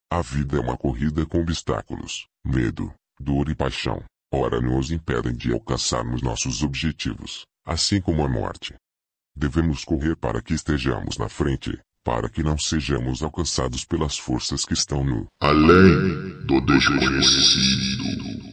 A vida é uma corrida com obstáculos, medo, dor e paixão. Ora nos impedem de alcançarmos nossos objetivos, assim como a morte. Devemos correr para que estejamos na frente, para que não sejamos alcançados pelas forças que estão no além do desconhecido.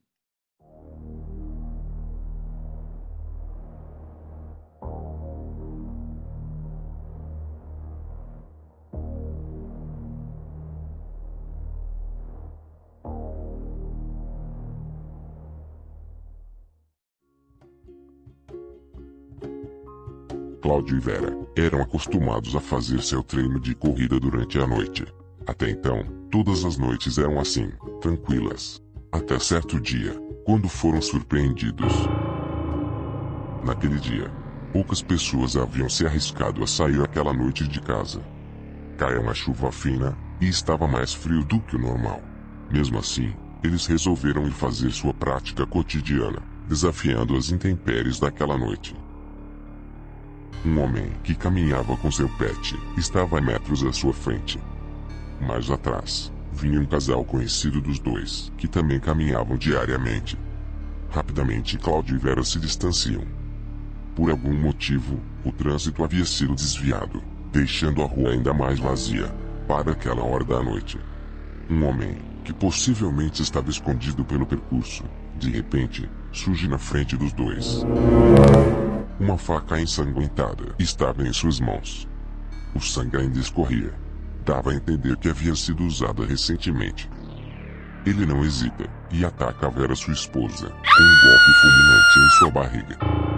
Cláudio e Vera eram acostumados a fazer seu treino de corrida durante a noite. Até então, todas as noites eram assim, tranquilas. Até certo dia, quando foram surpreendidos. Naquele dia, poucas pessoas haviam se arriscado a sair aquela noite de casa. Caía uma chuva fina, e estava mais frio do que o normal. Mesmo assim, eles resolveram ir fazer sua prática cotidiana, desafiando as intempéries daquela noite. Um homem que caminhava com seu pet estava a metros à sua frente. Mais atrás, vinha um casal conhecido dos dois, que também caminhavam diariamente. Rapidamente Cláudio e Vera se distanciam. Por algum motivo, o trânsito havia sido desviado, deixando a rua ainda mais vazia, para aquela hora da noite. Um homem, que possivelmente estava escondido pelo percurso, de repente, surge na frente dos dois. Uma faca ensanguentada estava em suas mãos. O sangue ainda escorria. Dava a entender que havia sido usada recentemente. Ele não hesita, e ataca a Vera, sua esposa, com um golpe fulminante em sua barriga.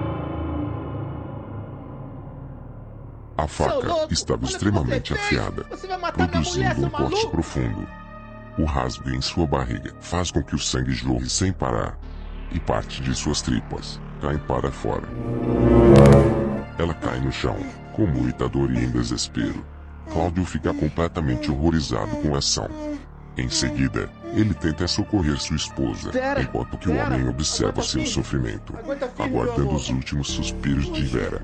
A faca estava extremamente afiada, produzindo um corte profundo. O rasgo em sua barriga faz com que o sangue jorre sem parar, e parte de suas tripas caem para fora. Ela cai no chão, com muita dor e em desespero. Cláudio fica completamente horrorizado com a ação. Em seguida, ele tenta socorrer sua esposa, enquanto que o homem observa seu sofrimento, aguardando os últimos suspiros de Vera.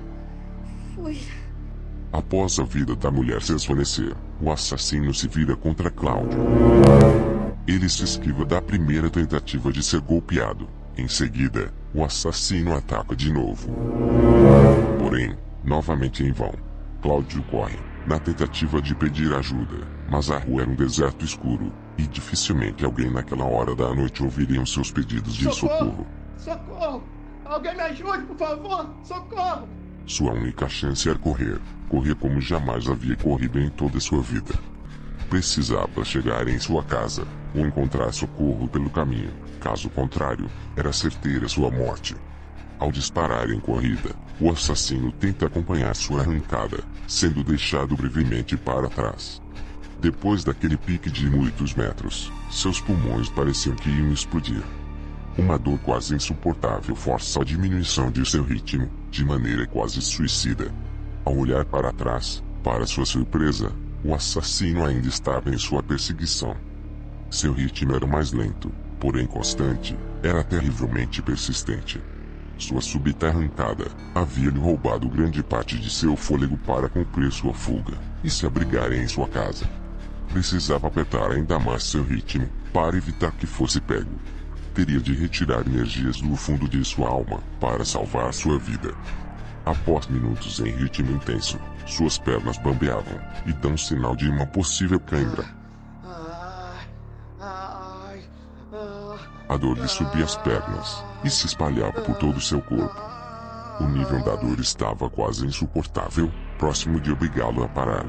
Após a vida da mulher se esvanecer, o assassino se vira contra Cláudio. Ele se esquiva da primeira tentativa de ser golpeado. Em seguida, o assassino ataca de novo. Porém, novamente em vão. Cláudio corre, na tentativa de pedir ajuda, mas a rua era um deserto escuro, e dificilmente alguém naquela hora da noite ouviria os seus pedidos de socorro. Socorro! Alguém me ajude, por favor! Socorro! Sua única chance era correr como jamais havia corrido em toda sua vida. Precisava chegar em sua casa, ou encontrar socorro pelo caminho, caso contrário, era certeira sua morte. Ao disparar em corrida, o assassino tenta acompanhar sua arrancada, sendo deixado brevemente para trás. Depois daquele pique de muitos metros, seus pulmões pareciam que iam explodir. Uma dor quase insuportável força a diminuição de seu ritmo, de maneira quase suicida. Ao olhar para trás, para sua surpresa, o assassino ainda estava em sua perseguição. Seu ritmo era mais lento, porém constante, era terrivelmente persistente. Sua súbita arrancada havia-lhe roubado grande parte de seu fôlego para cumprir sua fuga e se abrigar em sua casa. Precisava apertar ainda mais seu ritmo para evitar que fosse pego. Teria de retirar energias do fundo de sua alma para salvar sua vida. Após minutos em ritmo intenso, suas pernas bambeavam e dão sinal de uma possível cãibra. A dor lhe subia as pernas e se espalhava por todo o seu corpo. O nível da dor estava quase insuportável, próximo de obrigá-lo a parar.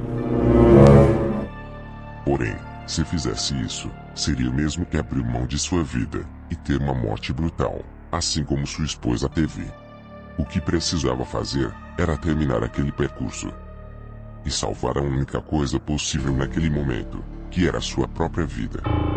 Porém, se fizesse isso, seria o mesmo que abrir mão de sua vida e ter uma morte brutal, assim como sua esposa teve. O que precisava fazer era terminar aquele percurso e salvar a única coisa possível naquele momento, que era sua própria vida.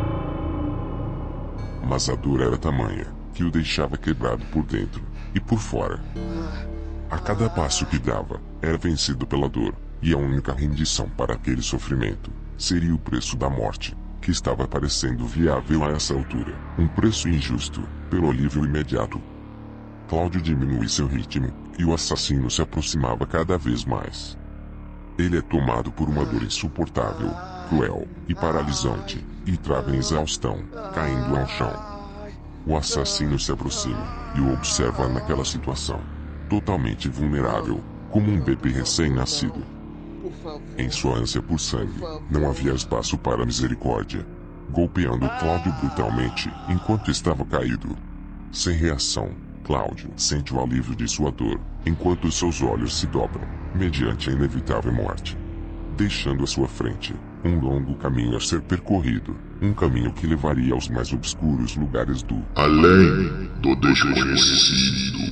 Mas a dor era tamanha que o deixava quebrado por dentro e por fora. A cada passo que dava, era vencido pela dor, e a única rendição para aquele sofrimento seria o preço da morte, que estava parecendo viável a essa altura. Um preço injusto, pelo alívio imediato. Cláudio diminui seu ritmo, e o assassino se aproximava cada vez mais. Ele é tomado por uma dor insuportável, cruel e paralisante, e trava em exaustão, caindo ao chão. O assassino se aproxima e o observa naquela situação, totalmente vulnerável, como um bebê recém-nascido. Em sua ânsia por sangue, não havia espaço para misericórdia, golpeando Cláudio brutalmente enquanto estava caído. Sem reação, Cláudio sente o alívio de sua dor, enquanto seus olhos se dobram, mediante a inevitável morte, deixando à sua frente um longo caminho a ser percorrido, um caminho que levaria aos mais obscuros lugares do além do desconhecido.